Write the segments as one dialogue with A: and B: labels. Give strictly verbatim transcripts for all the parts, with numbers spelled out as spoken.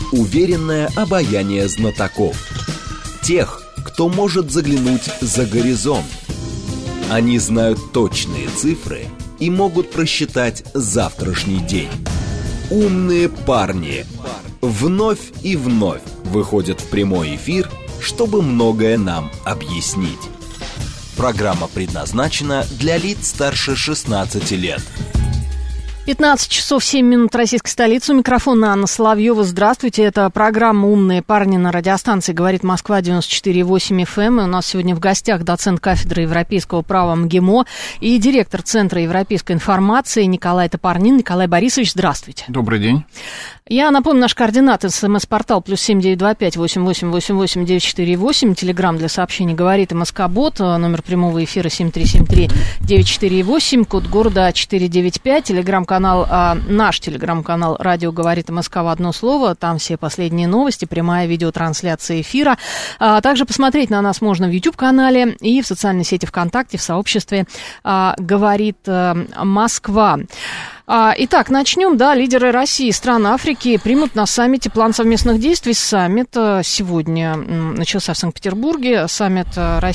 A: уверенное обаяние знатоков. Тех, кто может заглянуть за горизонт. Они знают точные цифры и могут просчитать завтрашний день. Умные парни вновь и вновь выходят в прямой эфир, чтобы многое нам объяснить. Программа предназначена для лиц старше шестнадцати лет.
B: пятнадцать часов семь минут российской столицы. У микрофона Анна Соловьева. Здравствуйте. Это программа «Умные парни» на радиостанции «Говорит Москва» девяносто четыре и восемь эф эм. И у нас сегодня в гостях доцент кафедры европейского права МГИМО и директор Центра европейской информации Николай Топорнин. Николай Борисович, здравствуйте.
C: Добрый день.
B: Я напомню, наш координат: СМС-портал плюс семь девять два пять восемь восемь восемь восемь девять четыре восемь. Телеграмм для сообщений «Говорит» и МСК-бот. Номер прямого эфира семь три семь три девять четыре восемь. Код города четыреста девяносто пять. Телеграм-канал, а, наш телеграм-канал «Радио говорит МСК» в одно слово. Там все последние новости, прямая видеотрансляция эфира. А также посмотреть на нас можно в YouTube-канале и в социальной сети ВКонтакте, в сообществе а, «Говорит а, Москва». Итак, начнем. Да, лидеры России и стран Африки примут на саммите план совместных действий. Саммит сегодня начался в Санкт-Петербурге. Саммит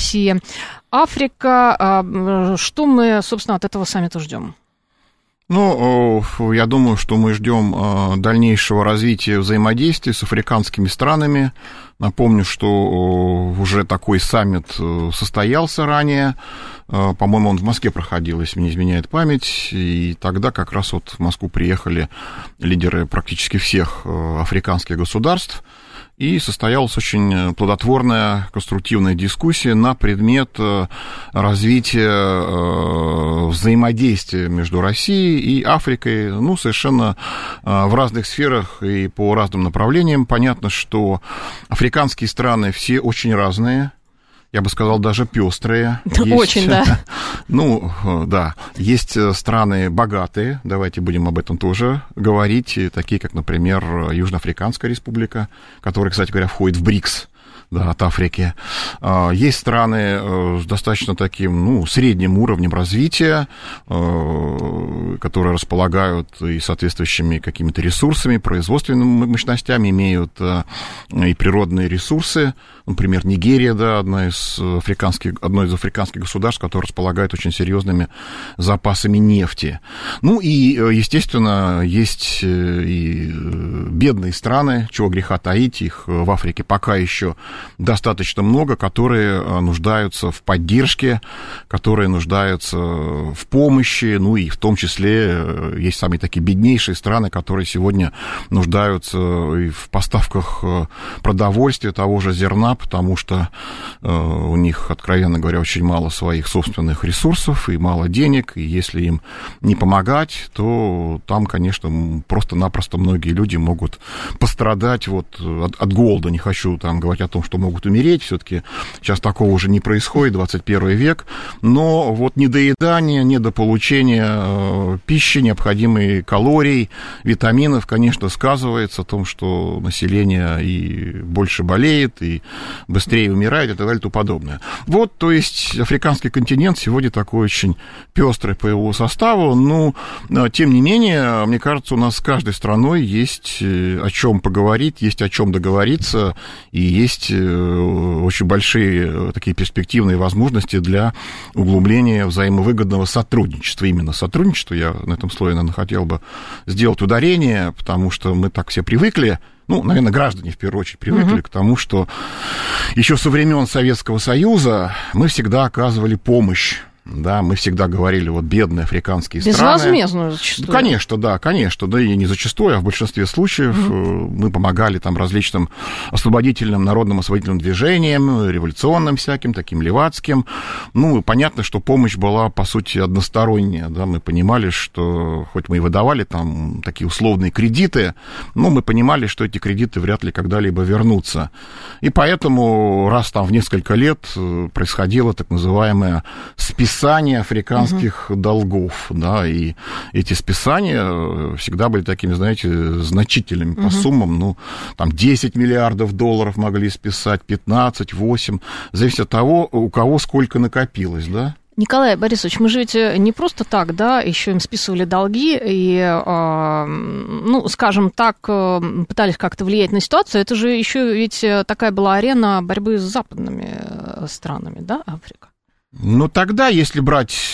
B: Россия-Африка. Что мы, собственно, от этого саммита ждем?
C: Ну, я думаю, что мы ждем дальнейшего развития взаимодействия с африканскими странами. Напомню, что уже такой саммит состоялся ранее. По-моему, он в Москве проходил, если мне не изменяет память. И тогда как раз вот в Москву приехали лидеры практически всех африканских государств. И состоялась очень плодотворная, конструктивная дискуссия на предмет развития взаимодействия между Россией и Африкой, ну, совершенно в разных сферах и по разным направлениям. Понятно, что африканские страны все очень разные. Я бы сказал, даже пестрые.
B: Очень, да.
C: Ну, да. Есть страны богатые, давайте будем об этом тоже говорить, такие как, например, Южноафриканская республика, которая, кстати говоря, входит в БРИКС. Да, от Африки. Есть страны с достаточно таким, ну, средним уровнем развития, которые располагают и соответствующими какими-то ресурсами, производственными мощностями, имеют и природные ресурсы. Например, Нигерия, да, одна из африканских, одно из африканских государств, которое располагает очень серьезными запасами нефти. Ну и, естественно, есть и бедные страны, чего греха таить, их в Африке пока еще достаточно много, которые нуждаются в поддержке, которые нуждаются в помощи, ну и в том числе есть самые такие беднейшие страны, которые сегодня нуждаются и в поставках продовольствия, того же зерна, потому что у них, откровенно говоря, очень мало своих собственных ресурсов и мало денег, и если им не помогать, то там, конечно, просто-напросто многие люди могут пострадать вот от, от голода. Не хочу там говорить о том, что могут умереть, все-таки сейчас такого уже не происходит, двадцать первый век, но вот недоедание, недополучение пищи, необходимых калорий, витаминов, конечно, сказывается о том, что население и больше болеет, и быстрее умирает, и так далее, и тому подобное. Вот, то есть, африканский континент сегодня такой очень пестрый по его составу, но, тем не менее, мне кажется, у нас с каждой страной есть о чем поговорить, есть о чем договориться, и есть очень большие такие перспективные возможности для углубления взаимовыгодного сотрудничества. Именно сотрудничество, я на этом слое, наверное, хотел бы сделать ударение, потому что мы так все привыкли, ну, наверное, граждане в первую очередь привыкли uh-huh. к тому, что еще со времен Советского Союза мы всегда оказывали помощь. Да, мы всегда говорили, вот, бедные африканские страны.
B: Безвозмездную зачастую.
C: Ну, конечно, да, конечно, да, и не зачастую, а в большинстве случаев mm-hmm. мы помогали там различным освободительным, народным освободительным движениям, революционным всяким, таким левацким. Ну, понятно, что помощь была, по сути, односторонняя, да, мы понимали, что, хоть мы и выдавали там такие условные кредиты, но мы понимали, что эти кредиты вряд ли когда-либо вернутся. И поэтому раз там в несколько лет происходило так называемое списание списание африканских uh-huh. долгов, да, и эти списания всегда были такими, знаете, значительными uh-huh. по суммам, ну, там десять миллиардов долларов могли списать, пятнадцать, восемь, зависит от того, у кого сколько накопилось, да.
B: Николай Борисович, мы же ведь не просто так, да, еще им списывали долги и, э, ну, скажем так, пытались как-то влиять на ситуацию. Это же еще ведь такая была арена борьбы с западными странами, да, Африка?
C: Ну, тогда, если брать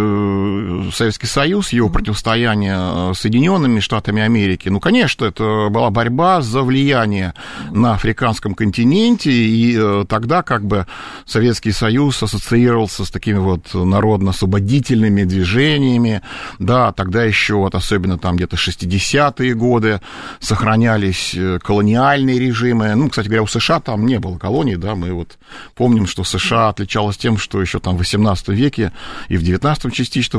C: э, Советский Союз, его противостояние с Соединенными Штатами Америки, ну, конечно, это была борьба за влияние на африканском континенте, и э, тогда как бы Советский Союз ассоциировался с такими вот народно-освободительными движениями, да, тогда еще вот особенно там где-то шестидесятые годы сохранялись колониальные режимы, ну, кстати говоря, у США там не было колоний, да, мы вот помним, что США отличалась тем, что еще там в восемнадцатом веке и в девятнадцатом частично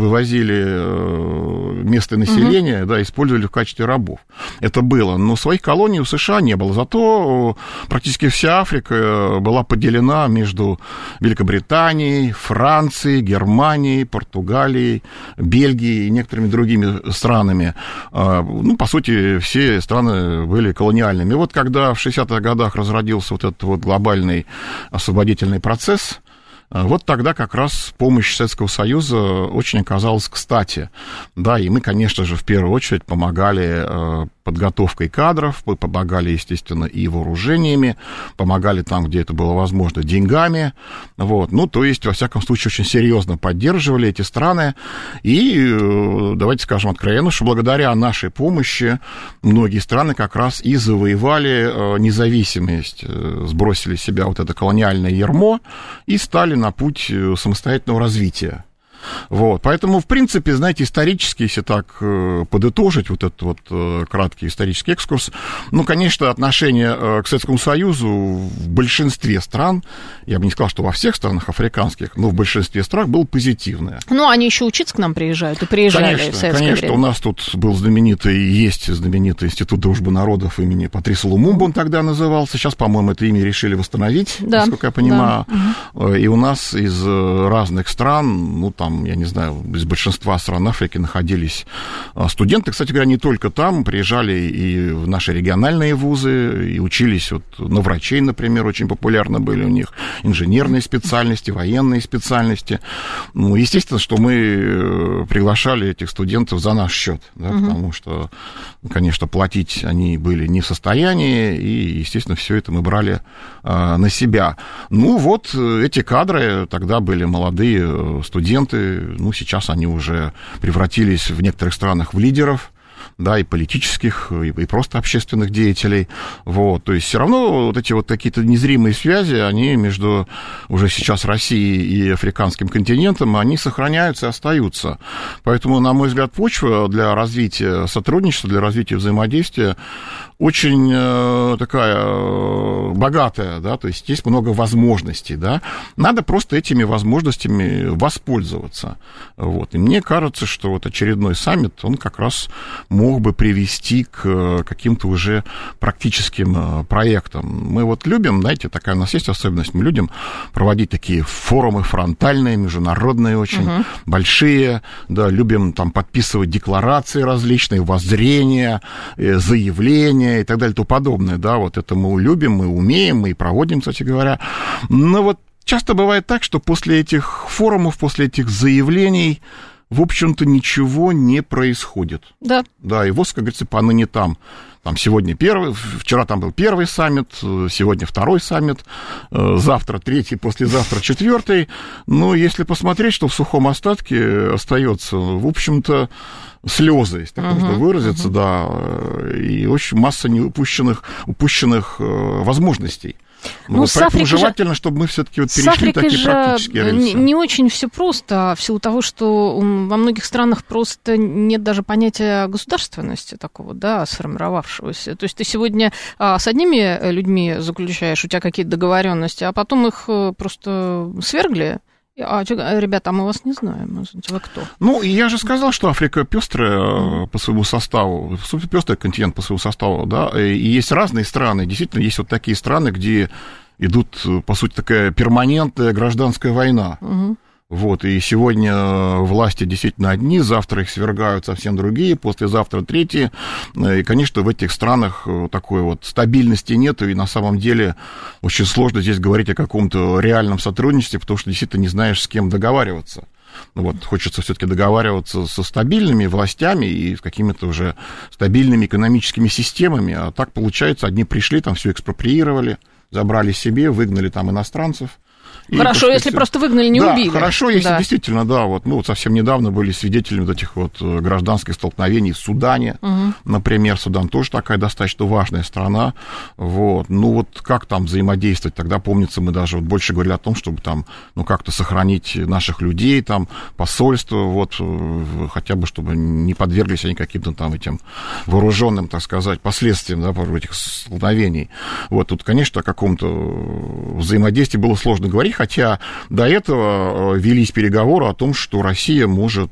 C: вывозили местное население, угу. да, использовали в качестве рабов. Это было. Но своих колоний у США не было. Зато практически вся Африка была поделена между Великобританией, Францией, Германией, Португалией, Бельгией и некоторыми другими странами. Ну, по сути, все страны были колониальными. И вот когда в шестидесятых годах разродился вот этот вот глобальный освободительный процесс, вот тогда как раз помощь Советского Союза очень оказалась кстати. Да, и мы, конечно же, в первую очередь помогали подготовкой кадров, мы помогали, естественно, и вооружениями, помогали там, где это было возможно, деньгами. Вот. Ну, то есть, во всяком случае, очень серьезно поддерживали эти страны. И давайте скажем откровенно, что благодаря нашей помощи многие страны как раз и завоевали независимость, сбросили с себя вот это колониальное ярмо и стали на путь самостоятельного развития. Вот, поэтому, в принципе, знаете, исторически, если так подытожить вот этот вот краткий исторический экскурс, ну, конечно, отношение к Советскому Союзу в большинстве стран, я бы не сказал, что во всех странах африканских, но в большинстве стран было позитивное.
B: Ну, они еще учиться к нам приезжают и приезжали
C: конечно,
B: в советское
C: конечно,
B: время.
C: У нас тут был знаменитый, есть знаменитый Институт дружбы народов имени Патриса Лумумбы, он тогда назывался, сейчас, по-моему, это имя решили восстановить, да, насколько я понимаю, да. И у нас из разных стран, ну, там, я не знаю, из большинства стран Африки находились студенты. Кстати говоря, не только там, приезжали и в наши региональные вузы, и учились вот на врачей, например, очень популярны были у них, инженерные специальности, военные специальности. Ну, естественно, что мы приглашали этих студентов за наш счет, да, угу. потому что, конечно, платить они были не в состоянии, и, естественно, все это мы брали а, на себя. Ну, вот эти кадры, тогда были молодые студенты, ну, сейчас они уже превратились в некоторых странах в лидеров, да, и политических, и, и просто общественных деятелей, вот, то есть все равно вот эти вот какие-то незримые связи, они между уже сейчас Россией и африканским континентом, они сохраняются и остаются, поэтому, на мой взгляд, почва для развития сотрудничества, для развития взаимодействия очень э, такая э, богатая, да, то есть есть много возможностей, да, надо просто этими возможностями воспользоваться, вот, и мне кажется, что вот очередной саммит, он как раз мог бы привести к каким-то уже практическим проектам. Мы вот любим, знаете, такая у нас есть особенность, мы любим проводить такие форумы фронтальные, международные очень, uh-huh. большие, да, любим там подписывать декларации различные, воззрения, заявления и так далее, и тому подобное, да, вот это мы любим, мы умеем, мы и проводим, кстати говоря, но вот часто бывает так, что после этих форумов, после этих заявлений, в общем-то, ничего не происходит. Да. Да, и вот, как говорится, поныне там. Там сегодня первый, вчера там был первый саммит, сегодня второй саммит, завтра третий, послезавтра четвертый. Но если посмотреть, что в сухом остатке остается, в общем-то, слезы, если так uh-huh, можно выразиться, uh-huh. да, и очень масса неупущенных упущенных возможностей. Ну, вот поэтому желательно, же, чтобы мы все-таки вот перешли такие практические рельсы.
B: Не, не очень все просто, в силу того, что во многих странах просто нет даже понятия государственности такого, да, сформировавшегося. То есть ты сегодня с одними людьми заключаешь, у тебя какие-то договоренности, а потом их просто свергли. А, ребята, а мы вас не знаем. Вы кто?
C: Ну, я же сказал, что Африка пестрая mm-hmm. по своему составу, пестрый континент по своему составу, да, и есть разные страны. Действительно, есть вот такие страны, где идут, по сути, такая перманентная гражданская война. Mm-hmm. Вот, и сегодня власти действительно одни, завтра их свергают совсем другие, послезавтра третьи. И, конечно, в этих странах такой вот стабильности нет, и на самом деле очень сложно здесь говорить о каком-то реальном сотрудничестве, потому что действительно не знаешь, с кем договариваться. Вот, хочется все-таки договариваться со стабильными властями и с какими-то уже стабильными экономическими системами. А так, получается, одни пришли, там все экспроприировали, забрали себе, выгнали там иностранцев. И,
B: хорошо, если все... просто выгнали, не
C: да,
B: убили.
C: Хорошо, если
B: да.
C: действительно, да, вот, мы вот совсем недавно были свидетелями вот этих вот гражданских столкновений в Судане, угу. например. Судан тоже такая достаточно важная страна, вот, ну вот как там взаимодействовать, тогда, помнится, мы даже вот больше говорили о том, чтобы там, ну, как-то сохранить наших людей, там, посольство, вот, хотя бы, чтобы не подверглись они каким-то там этим вооруженным, так сказать, последствиям, да, этих столкновений. Вот, тут, конечно, о каком-то взаимодействии было сложно говорить, хотя до этого велись переговоры о том, что Россия может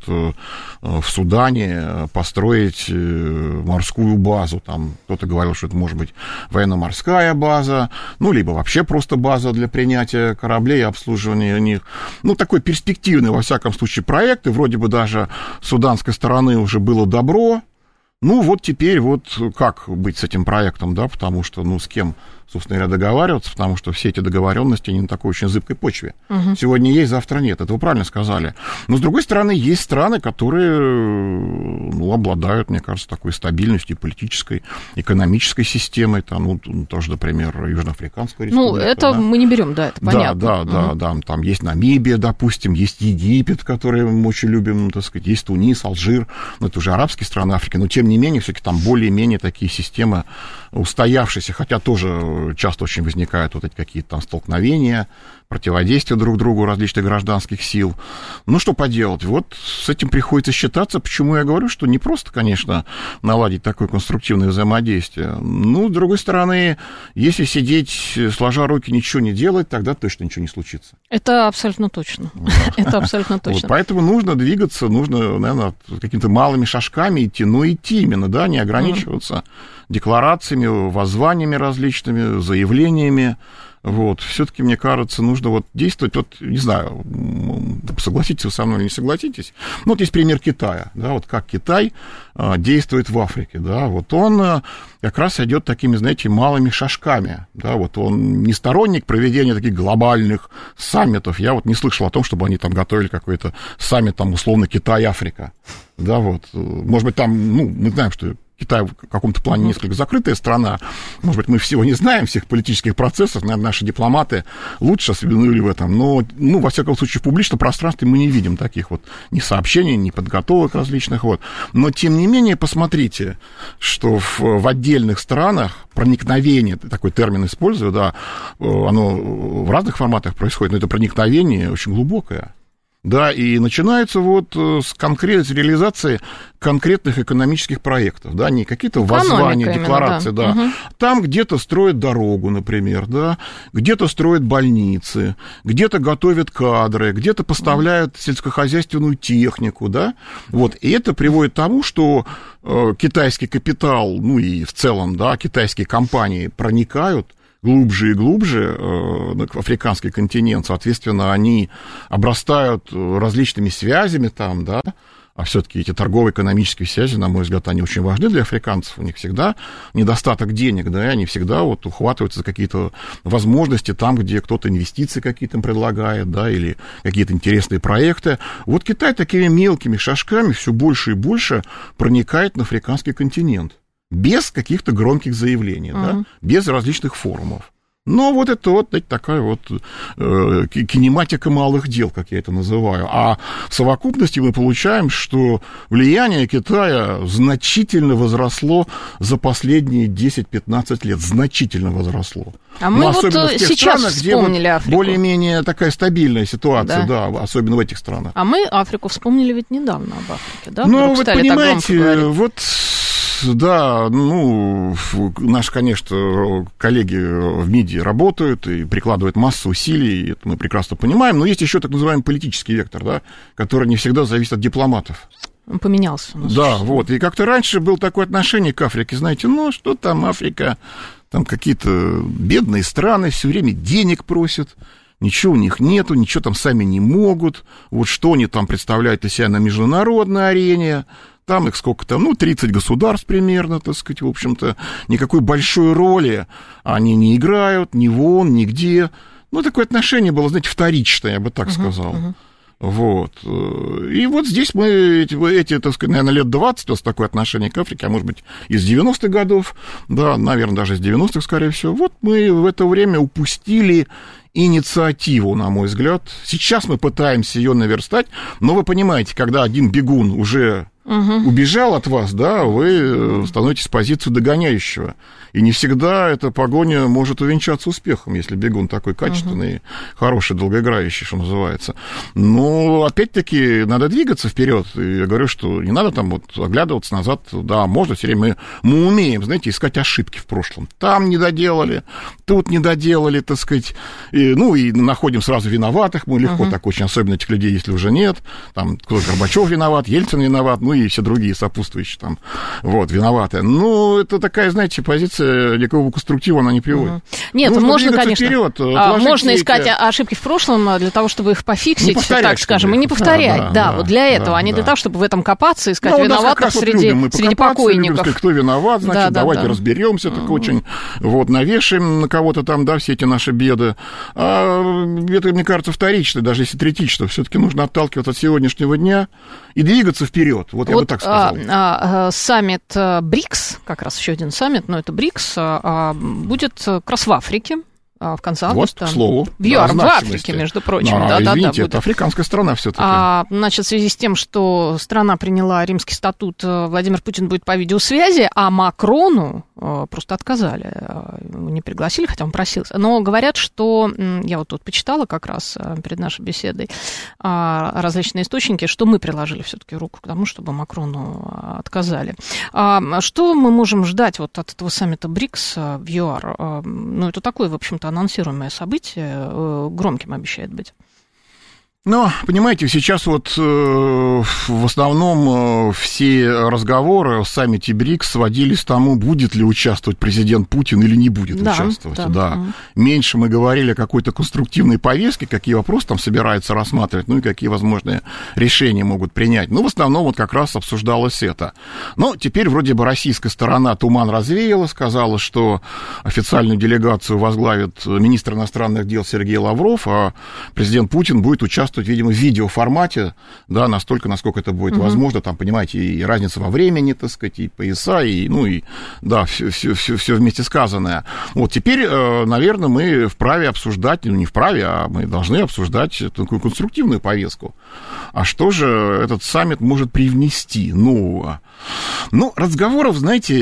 C: в Судане построить морскую базу. Там кто-то говорил, что это может быть военно-морская база, ну, либо вообще просто база для принятия кораблей и обслуживания них. Ну, такой перспективный, во всяком случае, проект, и вроде бы даже с суданской стороны уже было добро. Ну, вот теперь вот как быть с этим проектом, да, потому что, ну, с кем, собственно говоря, договариваться, потому что все эти договоренности, они на такой очень зыбкой почве. Угу. Сегодня есть, завтра нет, это вы правильно сказали. Но, с другой стороны, есть страны, которые, ну, обладают, мне кажется, такой стабильностью политической, экономической системой, там, ну, тоже, например, Южноафриканская республика.
B: Ну, это да? мы не берем, да, это понятно.
C: Да, да, угу. да, да, там есть Намибия, допустим, есть Египет, который мы очень любим, так сказать, есть Тунис, Алжир, ну, это уже арабские страны Африки, но, тем не менее, все-таки там более-менее такие системы устоявшиеся, хотя тоже часто очень возникают вот эти какие-то там столкновения, противодействия друг другу различных гражданских сил. Ну, что поделать, вот с этим приходится считаться, почему я говорю, что не просто, конечно, наладить такое конструктивное взаимодействие. Ну, с другой стороны, если сидеть, сложа руки, ничего не делать, тогда точно ничего не случится.
B: Это абсолютно точно. Это абсолютно точно.
C: Поэтому нужно двигаться, нужно, наверное, какими-то малыми шажками идти, но идти именно, да, не ограничиваться декларациями, воззваниями различными, заявлениями. Вот, все-таки, мне кажется, нужно вот действовать, вот, не знаю, согласитесь вы со мной или не согласитесь, ну, вот есть пример Китая, да, вот как Китай а, действует в Африке, да, вот он а, как раз идет такими, знаете, малыми шажками, да, вот он не сторонник проведения таких глобальных саммитов, я вот не слышал о том, чтобы они там готовили какой-то саммит, там, условно, Китай-Африка, да, вот, может быть, там, ну, мы знаем, что Китай в каком-то плане несколько закрытая страна. Может быть, мы всего не знаем, всех политических процессов. Наверное, наши дипломаты лучше осведомлены в этом. Но, ну, во всяком случае, в публичном пространстве мы не видим таких вот ни сообщений, ни подготовок различных. Вот. Но, тем не менее, посмотрите, что в, в отдельных странах проникновение, такой термин использую, да, оно в разных форматах происходит, но это проникновение очень глубокое. Да, и начинается вот с конкретной реализации конкретных экономических проектов, да, не какие-то воззвания, декларации, именно, да. да. Угу. Там где-то строят дорогу, например, да, где-то строят больницы, где-то готовят кадры, где-то поставляют сельскохозяйственную технику, да, вот, и это приводит к тому, что э, китайский капитал, ну и в целом, да, китайские компании проникают глубже и глубже э, на африканский континент, соответственно, они обрастают различными связями там, да, а все-таки эти торгово-экономические связи, на мой взгляд, они очень важны для африканцев, у них всегда недостаток денег, да, и они всегда вот ухватываются за какие-то возможности там, где кто-то инвестиции какие-то им предлагает, да, или какие-то интересные проекты. Вот Китай такими мелкими шажками все больше и больше проникает на африканский континент. Без каких-то громких заявлений, uh-huh. да, без различных форумов. Но вот это вот знаете, такая вот э, кинематика малых дел, как я это называю. А в совокупности мы получаем, что влияние Китая значительно возросло за последние десять-пятнадцать лет. Значительно возросло.
B: А мы
C: Но
B: вот
C: особенно в тех
B: сейчас
C: странах,
B: вспомнили
C: где
B: Африку.
C: Вот более-менее такая стабильная ситуация, да.
B: Да.
C: да, особенно в этих странах.
B: А мы Африку вспомнили ведь недавно об Африке, да?
C: Ну, вы понимаете, вот... Да, ну, наши, конечно, коллеги в МИДе работают и прикладывают массу усилий, это мы прекрасно понимаем, но есть еще так называемый политический вектор, да, который не всегда зависит от дипломатов.
B: Он поменялся.
C: Да, вот, и как-то раньше было такое отношение к Африке, знаете, ну, что там Африка, там какие-то бедные страны все время денег просят, ничего у них нету, ничего там сами не могут, вот что они там представляют из себя на международной арене, там их сколько там, ну, тридцать государств примерно, так сказать, в общем-то, никакой большой роли они не играют, ни вон, нигде. Ну, такое отношение было, знаете, вторичное, я бы так uh-huh, сказал. Uh-huh. Вот. И вот здесь мы эти, эти, так сказать, наверное, лет двадцать, у нас такое отношение к Африке, а может быть, из девяностых годов, да, наверное, даже из девяностых, скорее всего, вот мы в это время упустили инициативу, на мой взгляд. Сейчас мы пытаемся ее наверстать, но вы понимаете, когда один бегун уже угу. убежал от вас, да, вы становитесь в позицию догоняющего. И не всегда эта погоня может увенчаться успехом, если бегун такой качественный, угу. хороший, долгоиграющий, что называется. Но, опять-таки, надо двигаться вперед. И я говорю, что не надо там вот оглядываться назад. Да, можно все время. Мы, мы умеем, знаете, искать ошибки в прошлом. Там не доделали, тут не доделали, так сказать. И, ну, и находим сразу виноватых. Мы легко угу. так очень, особенно этих людей, если уже нет. Там кто Горбачев виноват, Ельцин виноват, ну и все другие сопутствующие там, вот, виноваты. Ну, это такая, знаете, позиция, никакого конструктива она не приводит. Угу.
B: Нет,
C: нужно
B: можно, конечно,
C: вперед,
B: а, можно искать эти... ошибки в прошлом для того, чтобы их пофиксить, так скажем, и не повторять. Да, да, да, да вот для этого, да, а не да. для того, чтобы в этом копаться, искать ну, виноватых среди, вот среди покойников.
C: Любим, кто виноват, значит, да, да, давайте да. разберемся, так угу. очень, вот, навешаем на кого-то там, да, все эти наши беды. А это, мне кажется, вторично, даже если третично, все-таки нужно отталкиваться от сегодняшнего дня и двигаться вперед. Вот, вот я бы так сказал.
B: А, а, саммит БРИКС, как раз еще один саммит, но это БРИКС, а, будет как раз в Африке. В конце августа.
C: Вот, к слову.
B: В ЮАР, да, в Африке, между прочим.
C: А,
B: да,
C: извините,
B: да, да,
C: это африканская страна все-таки.
B: А, значит, в связи с тем, что страна приняла Римский статут, Владимир Путин будет по видеосвязи, а Макрону просто отказали. Не пригласили, хотя он просился. Но говорят, что... Я вот тут почитала как раз перед нашей беседой различные источники, что мы приложили все-таки руку к тому, чтобы Макрону отказали. Что мы можем ждать вот от этого саммита БРИКС в ЮАР? Ну, это такое, в общем-то, анонсируемое событие, громким обещает быть.
C: Ну, понимаете, сейчас вот э, в основном э, все разговоры о саммите БРИКС сводились к тому, будет ли участвовать президент Путин или не будет да, участвовать. Да. Да. Mm. Меньше мы говорили о какой-то конструктивной повестке, какие вопросы там собираются рассматривать, ну и какие возможные решения могут принять. Ну, в основном вот как раз обсуждалось это. Но теперь вроде бы российская сторона туман развеяла, сказала, что официальную делегацию возглавит министр иностранных дел Сергей Лавров, а президент Путин будет участвовать, видимо, в видеоформате, да, настолько, насколько это будет угу. возможно, там, понимаете, и разница во времени, так сказать, и пояса, и, ну, и, да, все, все, все, все вместе сказанное. Вот теперь, наверное, мы вправе обсуждать, ну, не вправе, а мы должны обсуждать такую конструктивную повестку. А что же этот саммит может привнести нового? Ну, разговоров, знаете,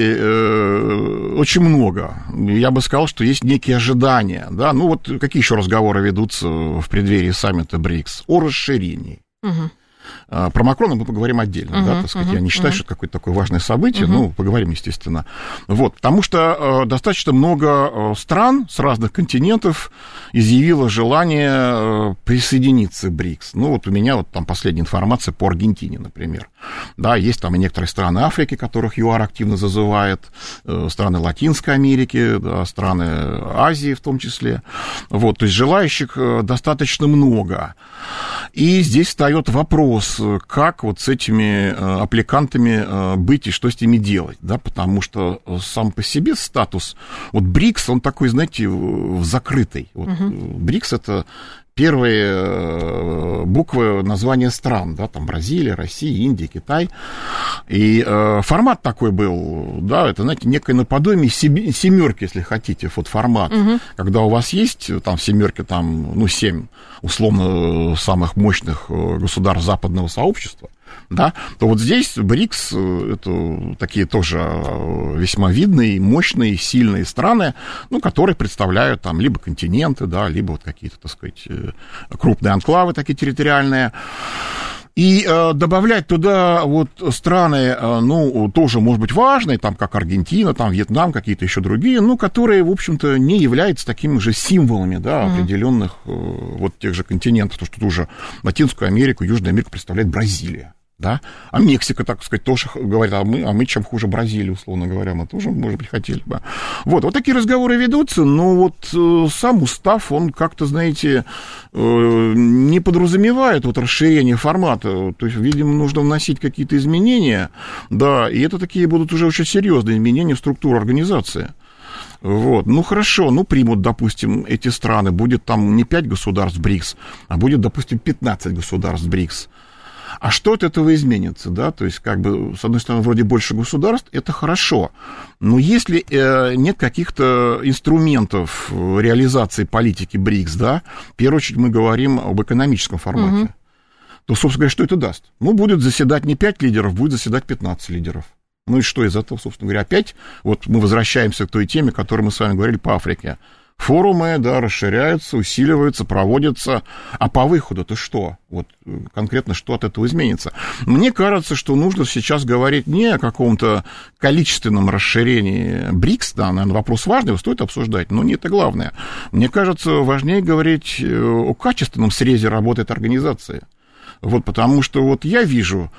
C: очень много. Я бы сказал, что есть некие ожидания, да, ну, вот какие еще разговоры ведутся в преддверии саммита БРИКС? О расширении. Угу. Про Макрона мы поговорим отдельно, uh-huh, да, так сказать. Uh-huh, Я не считаю, uh-huh. что это какое-то такое важное событие, uh-huh. ну, поговорим, естественно. Вот, потому что э, достаточно много э, стран с разных континентов изъявило желание э, присоединиться к БРИКС. Ну, вот у меня вот там последняя информация по Аргентине, например. Да, есть там и некоторые страны Африки, которых ЮАР активно зазывает, э, страны Латинской Америки, да, страны Азии в том числе. Вот, то есть желающих э, достаточно много. И здесь встает вопрос, как вот с этими аппликантами быть и что с ними делать, да, потому что сам по себе статус, вот БРИКС, он такой, знаете, закрытый. Вот, uh-huh. БРИКС — это первые буквы названия стран, да, там Бразилия, Россия, Индия, Китай. И э, формат такой был, да, это, знаете, некое наподобие семерки, если хотите, вот формат, угу. когда у вас есть там в семерке, там, ну, семь, условно, самых мощных государств западного сообщества, да, то вот здесь БРИКС — это такие тоже весьма видные, мощные, сильные страны, ну, которые представляют там либо континенты, да, либо вот какие-то, так сказать, крупные анклавы такие территориальные. И э, добавлять туда вот страны, э, ну, тоже, может быть, важные, там, как Аргентина, там, Вьетнам, какие-то еще другие, ну, которые, в общем-то, не являются такими же символами, да, mm-hmm. определенных э, вот тех же континентов, потому что тоже Латинскую Америку, Южную Америку представляет Бразилия. Да? А Мексика, так сказать, тоже говорит, а мы, а мы чем хуже Бразилии, условно говоря, мы тоже, может быть, хотели бы. Вот, вот такие разговоры ведутся, но вот э, сам устав, он как-то, знаете, э, не подразумевает вот расширение формата, то есть, видимо, нужно вносить какие-то изменения, да, и это такие будут уже очень серьезные изменения в структуру организации. Вот. Ну, хорошо, ну, примут, допустим, эти страны. Будет там не пять государств БРИКС, а будет, допустим, пятнадцать государств БРИКС. А что от этого изменится, да? То есть, как бы, с одной стороны, вроде больше государств, это хорошо. Но если э, нет каких-то инструментов реализации политики БРИКС, да, в первую очередь мы говорим об экономическом формате, угу. то, собственно говоря, что это даст? Ну, будет заседать не пять лидеров, будет заседать пятнадцать лидеров. Ну и что из этого, собственно говоря? Опять вот мы возвращаемся к той теме, о которой мы с вами говорили по Африке. Форумы, да, расширяются, усиливаются, проводятся. А по выходу-то что? Вот конкретно что от этого изменится? Мне кажется, что нужно сейчас говорить не о каком-то количественном расширении БРИКС, да, наверное, вопрос важный, его стоит обсуждать, но не это главное. Мне кажется, важнее говорить о качественном срезе работы этой организации. Вот, потому что вот я вижу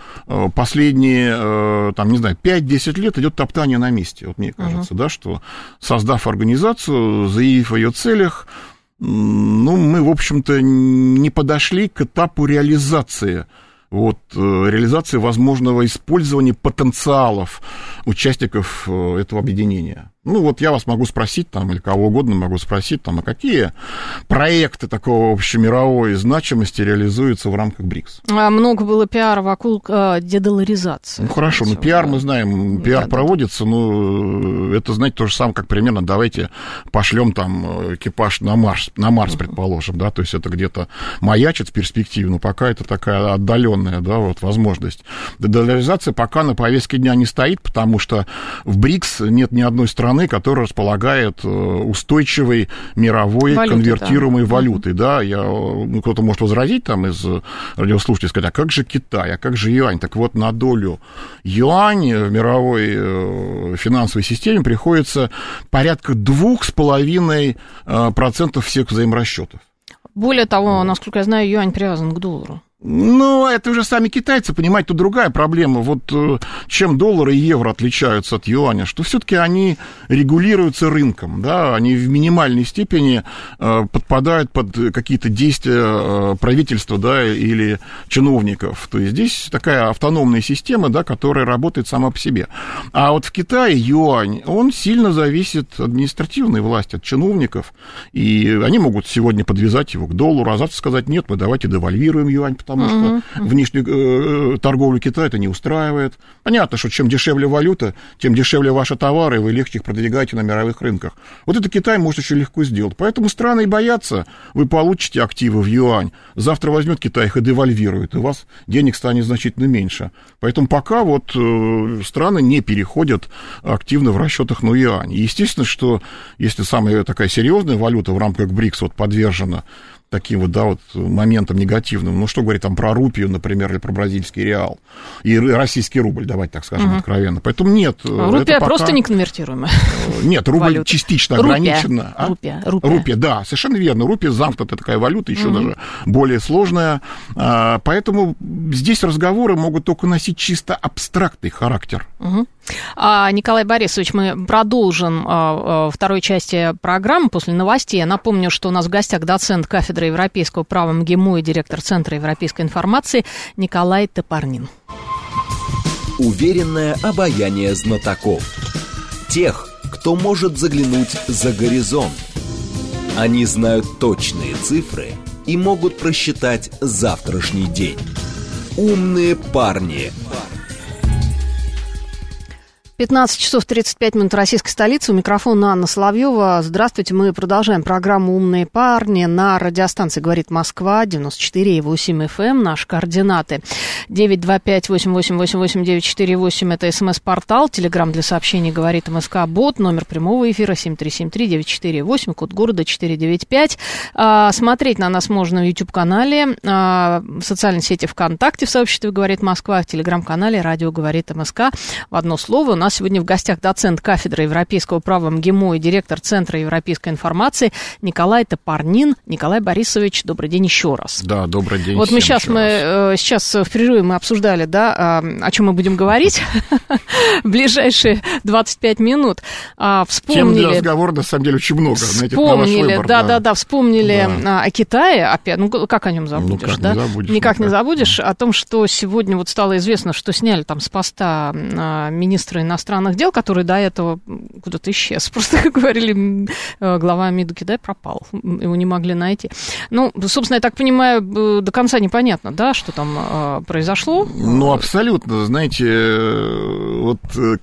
C: последние, там, не знаю, пять-десять лет идет топтание на месте, вот мне кажется, uh-huh. да, что, создав организацию, заявив о ее целях, ну, мы, в общем-то, не подошли к этапу реализации, вот, реализации возможного использования потенциалов участников этого объединения. Ну, вот я вас могу спросить, там, или кого угодно могу спросить, там, а какие проекты такого общемировой значимости реализуются в рамках БРИКС?
B: А много было пиара вокруг э, дедоларизации.
C: Ну, хорошо, ну, пиар мы знаем, пиар да, проводится, да. но это, знаете, то же самое, как примерно, давайте пошлем там экипаж на Марс, на Марс, uh-huh. предположим, да, то есть это где-то маячит в перспективе, но пока это такая отдаленная, да, вот, возможность. Дедоларизация пока на повестке дня не стоит, потому что в БРИКС нет ни одной страны, которая располагает устойчивой мировой валюты, конвертируемой да. валютой. Да, я, ну, кто-то может возразить там из радиослушателей, сказать, а как же Китай, а как же юань? Так вот, на долю юань в мировой финансовой системе приходится порядка двух с половиной процентов всех взаиморасчетов.
B: Более того, насколько я знаю, юань привязан к доллару.
C: Ну, это уже сами китайцы, понимаете, тут другая проблема. Вот чем доллар и евро отличаются от юаня, что все-таки они регулируются рынком, да, они в минимальной степени подпадают под какие-то действия правительства, да, или чиновников. То есть здесь такая автономная система, да, которая работает сама по себе. А вот в Китае юань, он сильно зависит от административной власти, от чиновников, и они могут сегодня подвязать его к доллару, а завтра сказать, нет, мы давайте девальвируем юань, потому что uh-huh. внешнюю э, торговлю Китая это не устраивает. Понятно, что чем дешевле валюта, тем дешевле ваши товары, и вы легче их продвигаете на мировых рынках. Вот это Китай может очень легко сделать. Поэтому страны и боятся, вы получите активы в юань, завтра возьмет Китай их и девальвирует, и у вас денег станет значительно меньше. Поэтому пока вот э, страны не переходят активно в расчетах на юань. И естественно, что если самая такая серьезная валюта в рамках БРИКС вот подвержена таким вот, да, вот моментом негативным. Ну, что говорить там про рупию, например, или про бразильский реал. И российский рубль, давайте так скажем, угу. откровенно. Поэтому нет.
B: Рупия
C: пока...
B: просто не конвертируемая.
C: Нет, рубль валюта. Частично рупия. Ограничена. А?
B: Рупия. Рупия.
C: Рупия, да, совершенно верно. Рупия замкнутая такая валюта, еще угу. даже более сложная. Поэтому здесь разговоры могут только носить чисто абстрактный характер.
B: Угу. А, Николай Борисович, мы продолжим а, второй части программы после новостей. Я напомню, что у нас в гостях доцент кафедры европейского права МГИМО и директор Центра европейской информации Николай Топорнин.
A: Уверенное обаяние знатоков. Тех, кто может заглянуть за горизонт. Они знают точные цифры и могут просчитать завтрашний день. Умные парни.
B: пятнадцать часов тридцать пять минут российской столицы. У микрофона Анна Соловьева. Здравствуйте. Мы продолжаем программу «Умные парни» на радиостанции «Говорит Москва», девяносто четыре и восемь эф эм. Наши координаты девять два пять восемь восемь восемь восемь девять четыре восемь. Это смс-портал. Телеграм для сообщений «Говорит МСК-бот». Номер прямого эфира семь три семь три девять четыре восемь. Код города четыре девять пять. А, смотреть на нас можно в YouTube-канале, а, в социальной сети ВКонтакте в сообществе «Говорит Москва», в Телеграм-канале «Радио Говорит МСК». В одно слово. У нас сегодня в гостях доцент кафедры европейского права МГИМО и директор Центра европейской информации Николай Топорнин. Николай Борисович, добрый день еще раз.
C: Да, добрый день.
B: Вот мы сейчас, мы сейчас в перерыве мы обсуждали, да, о чем мы будем говорить в ближайшие двадцать пять минут. Вспомнили...
C: Тем для разговора, на самом деле, очень много.
B: Вспомнили, да-да-да, вспомнили о Китае опять. Ну, как о нем забудешь, да? Никак не забудешь. О том, что сегодня вот стало известно, что сняли там с поста министра иностранных иностранных дел, который до этого куда-то исчез. Просто, как говорили, глава МИДа Китая пропал, его не могли найти. Ну, собственно, я так понимаю, до конца непонятно, да, что там произошло?
C: Ну, абсолютно. Знаете, вот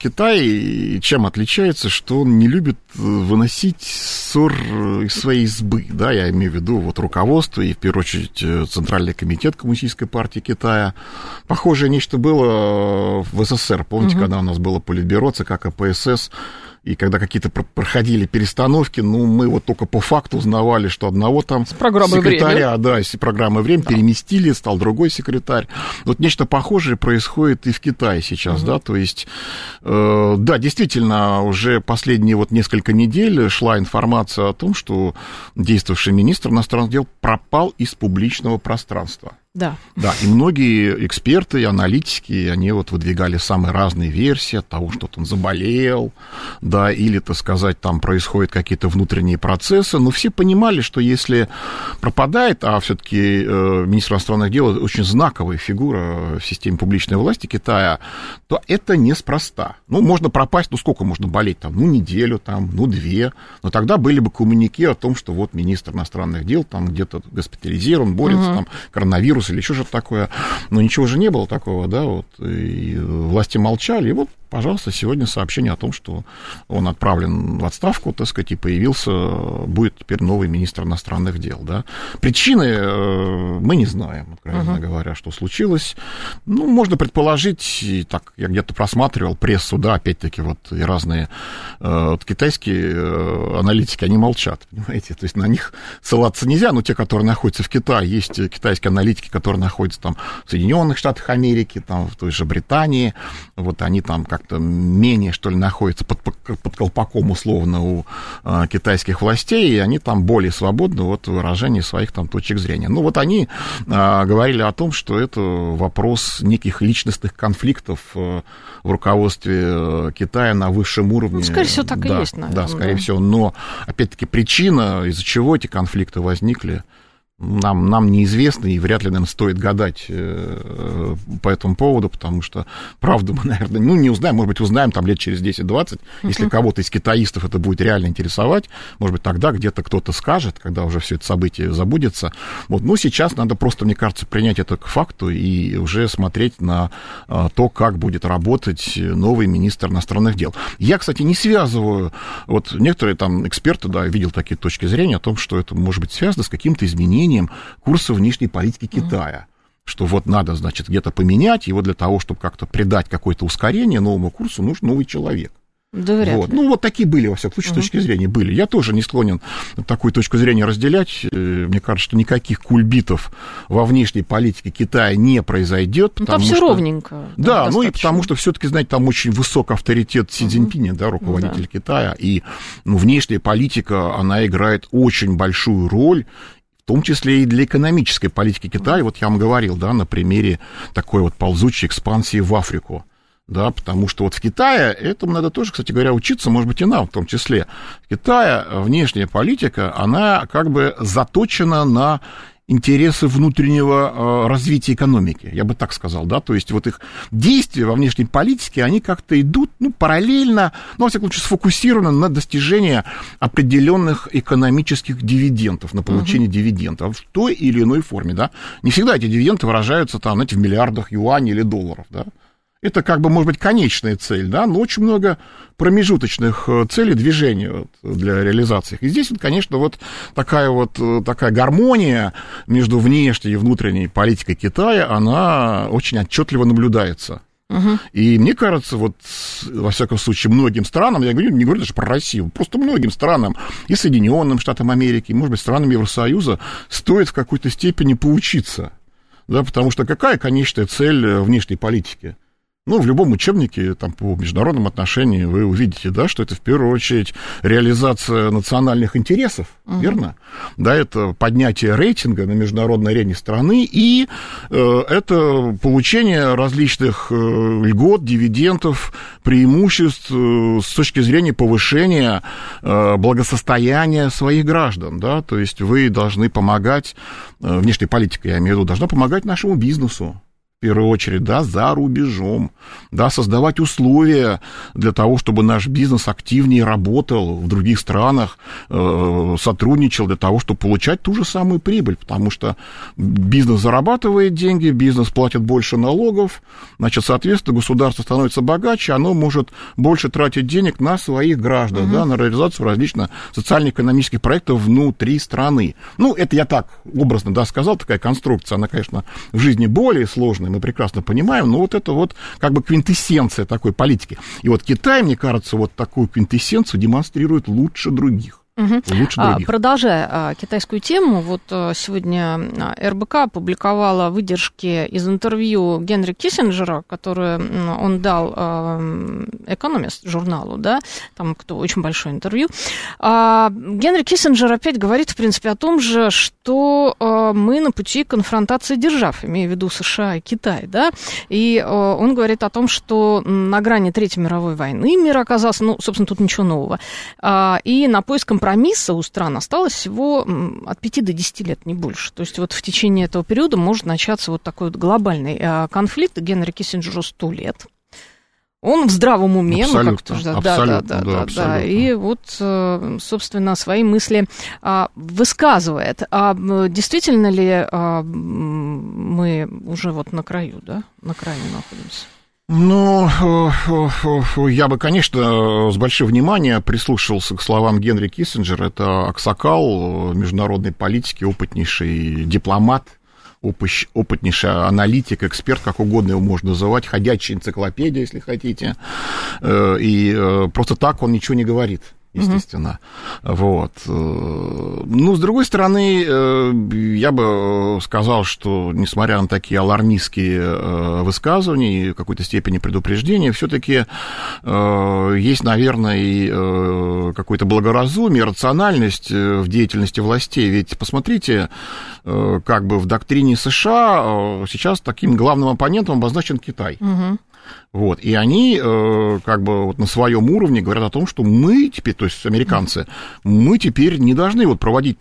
C: Китай чем отличается, что он не любит выносить ссор из своей избы, да, я имею в виду вот руководство и, в первую очередь, Центральный комитет Коммунистической партии Китая. Похожее нечто было в СССР, помните, угу. когда у нас было Политбюро, ЦК КПСС, и когда какие-то проходили перестановки, ну, мы вот только по факту узнавали, что одного там секретаря,
B: время.
C: да, из программы «Время» да. переместили, стал другой секретарь. Вот нечто похожее происходит и в Китае сейчас, угу. да, то есть, э, да, действительно, уже последние вот несколько недель шла информация о том, что действующий министр иностранных дел пропал из публичного пространства.
B: Да.
C: Да, и многие эксперты, аналитики, они вот выдвигали самые разные версии от того, что он заболел, да, или, так сказать, там происходят какие-то внутренние процессы, но все понимали, что если пропадает, а все-таки э, министр иностранных дел очень знаковая фигура в системе публичной власти Китая, то это неспроста. Ну, можно пропасть, ну, сколько можно болеть, там, ну, неделю, там, ну, две, но тогда были бы коммюнике о том, что вот министр иностранных дел там где-то госпитализирован, борется, угу. там, коронавирус или еще что-то такое, но ничего же не было такого, да, вот, и власти молчали, и вот, пожалуйста, сегодня сообщение о том, что он отправлен в отставку, так сказать, и появился, будет теперь новый министр иностранных дел, да. Причины мы не знаем, откровенно uh-huh. говоря, что случилось. Ну, можно предположить, и так, я где-то просматривал прессу, да, опять-таки, вот, и разные вот, китайские аналитики, они молчат, понимаете, то есть на них ссылаться нельзя, но те, которые находятся в Китае, есть китайские аналитики, которые находятся там в Соединенных Штатах Америки, там, в той же Британии, вот они там как-то менее, что ли, находятся под, под колпаком, условно, у э, китайских властей, и они там более свободны вот, в выражении своих там точек зрения. Ну, вот они э, говорили о том, что это вопрос неких личностных конфликтов э, в руководстве э, Китая на высшем уровне.
B: Ну, скорее всего, так
C: да,
B: и есть, наверное.
C: Да, скорее
B: да.
C: всего, но, опять-таки, причина, из-за чего эти конфликты возникли, Нам, нам неизвестно, и вряд ли, наверное, стоит гадать э, по этому поводу, потому что правду мы, наверное, ну, не узнаем, может быть, узнаем там лет через десять-двадцать, uh-huh. если кого-то из китаистов это будет реально интересовать, может быть, тогда где-то кто-то скажет, когда уже все это событие забудется. Вот, ну, сейчас надо просто, мне кажется, принять это к факту и уже смотреть на э, то, как будет работать новый министр иностранных дел. Я, кстати, не связываю, вот некоторые там эксперты, да, видел такие точки зрения о том, что это может быть связано с каким-то изменением курса внешней политики Китая, mm-hmm. что вот надо, значит, где-то поменять, и вот для того, чтобы как-то придать какое-то ускорение новому курсу, нужен новый человек.
B: Да, вряд
C: вот.
B: ли.
C: Ну, вот такие были, во всяком случае, uh-huh. точки зрения были. Я тоже не склонен такую точку зрения разделять. Мне кажется, что никаких кульбитов во внешней политике Китая не произойдет.
B: Ну, там все что... ровненько.
C: Да, да ну и потому что все-таки, знаете, там очень высок авторитет Си Цзиньпиня, uh-huh. да, руководитель uh-huh. Китая, и ну, внешняя политика, она играет очень большую роль, в том числе и для экономической политики Китая. Вот я вам говорил, да, на примере такой вот ползучей экспансии в Африку. Да, потому что вот в Китае, этому надо тоже, кстати говоря, учиться, может быть, и нам в том числе. В Китае внешняя политика, она как бы заточена на интересы внутреннего э, развития экономики, я бы так сказал, да, то есть вот их действия во внешней политике, они как-то идут, ну, параллельно, ну, во всяком случае, сфокусированы на достижении определенных экономических дивидендов, на получении uh-huh. дивидендов в той или иной форме, да. Не всегда эти дивиденды выражаются, там, знаете, в миллиардах юаней или долларов, да. Это как бы, может быть, конечная цель, да, но очень много промежуточных целей движения вот, для реализации их. И здесь, вот, конечно, вот такая вот такая гармония между внешней и внутренней политикой Китая, она очень отчетливо наблюдается. Uh-huh. И мне кажется, вот, во всяком случае, многим странам, я говорю, не говорю даже про Россию, просто многим странам, и Соединенным Штатам Америки, и, может быть, странам Евросоюза, стоит в какой-то степени поучиться, да, потому что какая конечная цель внешней политики? Ну, в любом учебнике там, по международным отношениям вы увидите, да, что это в первую очередь реализация национальных интересов, uh-huh. верно? Да, это поднятие рейтинга на международной арене страны и э, это получение различных э, льгот, дивидендов, преимуществ э, с точки зрения повышения э, благосостояния своих граждан, да, то есть вы должны помогать, э, внешняя политика, я имею в виду, должна помогать нашему бизнесу. в первую очередь, да, за рубежом, да, создавать условия для того, чтобы наш бизнес активнее работал в других странах, э, сотрудничал для того, чтобы получать ту же самую прибыль, потому что бизнес зарабатывает деньги, бизнес платит больше налогов, значит, соответственно, государство становится богаче, оно может больше тратить денег на своих граждан, угу. да, на реализацию различных социально-экономических проектов внутри страны. Ну, это я так образно, да, сказал, такая конструкция, она, конечно, в жизни более сложная, мы прекрасно понимаем, но вот это вот как бы квинтэссенция такой политики. И вот Китай, мне кажется, вот такую квинтэссенцию демонстрирует лучше других.
B: Угу. Лучше других. Продолжая китайскую тему, вот сегодня эр бэ ка опубликовала выдержки из интервью Генри Киссинджера, которое он дал «Экономист» журналу, да, там кто, очень большое интервью. Генри Киссинджер опять говорит, в принципе, о том же, что мы на пути конфронтации держав, имея в виду США и Китай, да, и он говорит о том, что на грани Третьей мировой войны мир оказался, ну, собственно, тут ничего нового, и на поиск компромисса Компромисса у стран осталось всего от пяти до десяти лет, не больше. То есть вот в течение этого периода может начаться вот такой вот глобальный конфликт. Генри Киссинджеру сто лет. Он в здравом уме, ну, как-то, да, да, да, да, да, да, и вот, собственно, свои мысли высказывает. А действительно ли мы уже вот на краю, да, на краю находимся?
C: Ну, я бы, конечно, с большим вниманием прислушивался к словам Генри Киссинджера. Это аксакал международной политики, опытнейший дипломат, опытнейший аналитик, эксперт, как угодно его можно называть, ходячая энциклопедия, если хотите. И просто так он ничего не говорит. Естественно. Uh-huh. Вот. Ну, с другой стороны, я бы сказал, что, несмотря на такие алармистские высказывания и в какой-то степени предупреждения, все-таки есть, наверное, и какое-то благоразумие, рациональность в деятельности властей. Ведь посмотрите, как бы в доктрине США сейчас таким главным оппонентом обозначен Китай. Uh-huh. Вот, и они э, как бы вот на своем уровне говорят о том, что мы теперь, то есть американцы, мы теперь не должны вот проводить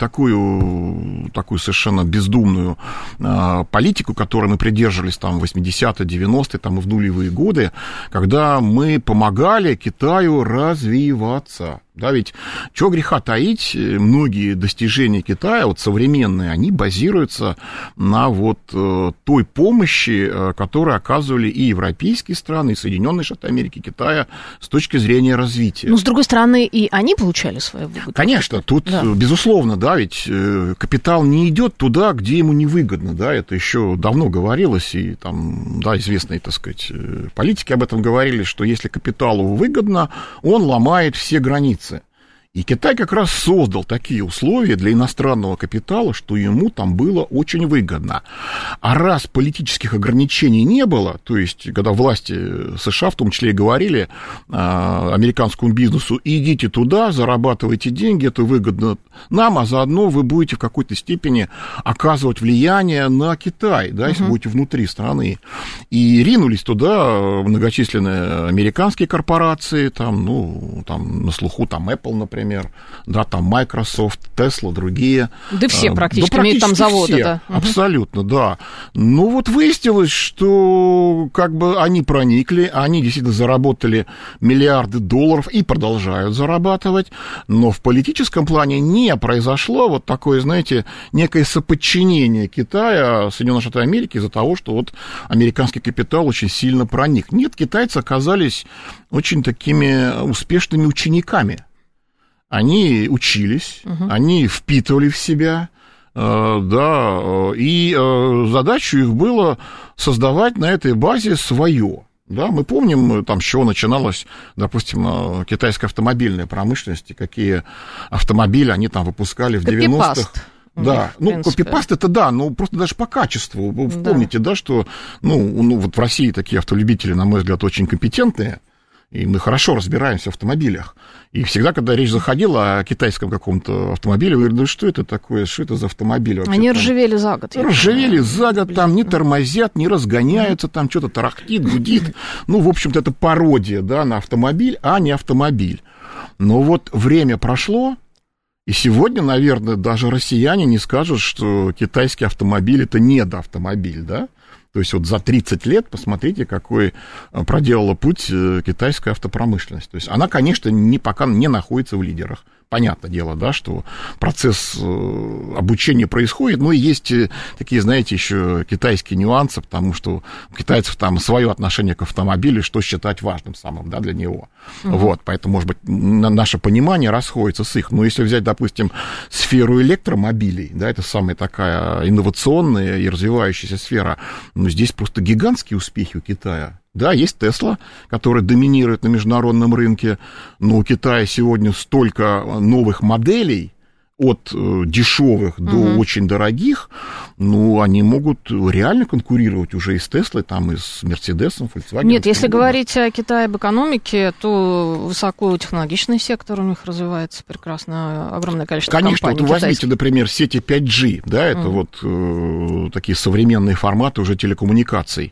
C: такую, такую совершенно бездумную э, политику, которой мы придерживались там в восьмидесятые, девяностые там, и в нулевые годы, когда мы помогали Китаю развиваться. Да, ведь чего греха таить, многие достижения Китая, вот современные, они базируются на вот э, той помощи, э, которую оказывали и европейские страны, и Соединенные Штаты Америки, Китая с точки зрения развития.
B: Но, с другой стороны, и они получали свою выгоду.
C: Конечно, тут, да. безусловно, да, ведь э, капитал не идет туда, где ему невыгодно, да, это еще давно говорилось, и там, да, известные, так сказать, политики об этом говорили, что если капиталу выгодно, он ломает все границы. И Китай как раз создал такие условия для иностранного капитала, что ему там было очень выгодно. А раз политических ограничений не было, то есть, когда власти США в том числе и говорили а, американскому бизнесу, идите туда, зарабатывайте деньги, это выгодно нам, а заодно вы будете в какой-то степени оказывать влияние на Китай, да, если uh-huh. будете внутри страны. И ринулись туда многочисленные американские корпорации, там, ну, там на слуху там Apple, например, да, там Microsoft, Tesla, другие.
B: Да все практически, да, имеют там заводы, все, да.
C: Абсолютно, угу. да. Ну, вот выяснилось, что как бы они проникли, они действительно заработали миллиарды долларов и продолжают зарабатывать, но в политическом плане не произошло вот такое, знаете, некое соподчинение Китая Соединенных Штатов Америки из-за того, что вот американский капитал очень сильно проник. Нет, китайцы оказались очень такими успешными учениками. Они учились, uh-huh. они впитывали в себя, э, да, и э, задача их было создавать на этой базе свое. Да, мы помним, там, с чего начиналась, допустим, китайская автомобильная промышленность, и какие автомобили они там выпускали в девяностых. Да, ну, копипаст это да, но просто даже по качеству. Вы да. помните, да, что, ну, ну, вот в России такие автолюбители, на мой взгляд, очень компетентные, и мы хорошо разбираемся в автомобилях. И всегда, когда речь заходила о китайском каком-то автомобиле, вы говорили, ну что это такое, что это за автомобиль вообще?
B: Они
C: там,
B: ржавели за год.
C: Ржавели за год, там не тормозят, не разгоняются, там что-то тарахтит, гудит. Ну, в общем-то, это пародия, да, на автомобиль, а не автомобиль. Но вот время прошло, и сегодня, наверное, даже россияне не скажут, что китайский автомобиль – это недоавтомобиль, да? То То есть вот за тридцать лет, посмотрите, какой проделала путь китайская автопромышленность. То есть она, конечно, не, пока не находится в лидерах. Понятное дело, да, что процесс обучения происходит, но есть такие, знаете, еще китайские нюансы, потому что у китайцев там свое отношение к автомобилю, что считать важным самым, да, для него. Uh-huh. Вот, поэтому, может быть, наше понимание расходится с их. Но если взять, допустим, сферу электромобилей, да, это самая такая инновационная и развивающаяся сфера, ну, здесь просто гигантские успехи у Китая. Да, есть Тесла, которая доминирует на международном рынке, но у Китая сегодня столько новых моделей, от э, дешевых до угу. очень дорогих, ну, они могут реально конкурировать уже и с Теслой, там, и с Мерседесом, Volkswagen.
B: Нет, если говорить о Китае об экономике, то высокотехнологичный сектор у них развивается прекрасно, огромное количество
C: Конечно,
B: компаний.
C: Конечно, вот возьмите, например, сети пять джи, да, это угу. вот э, такие современные форматы уже телекоммуникаций.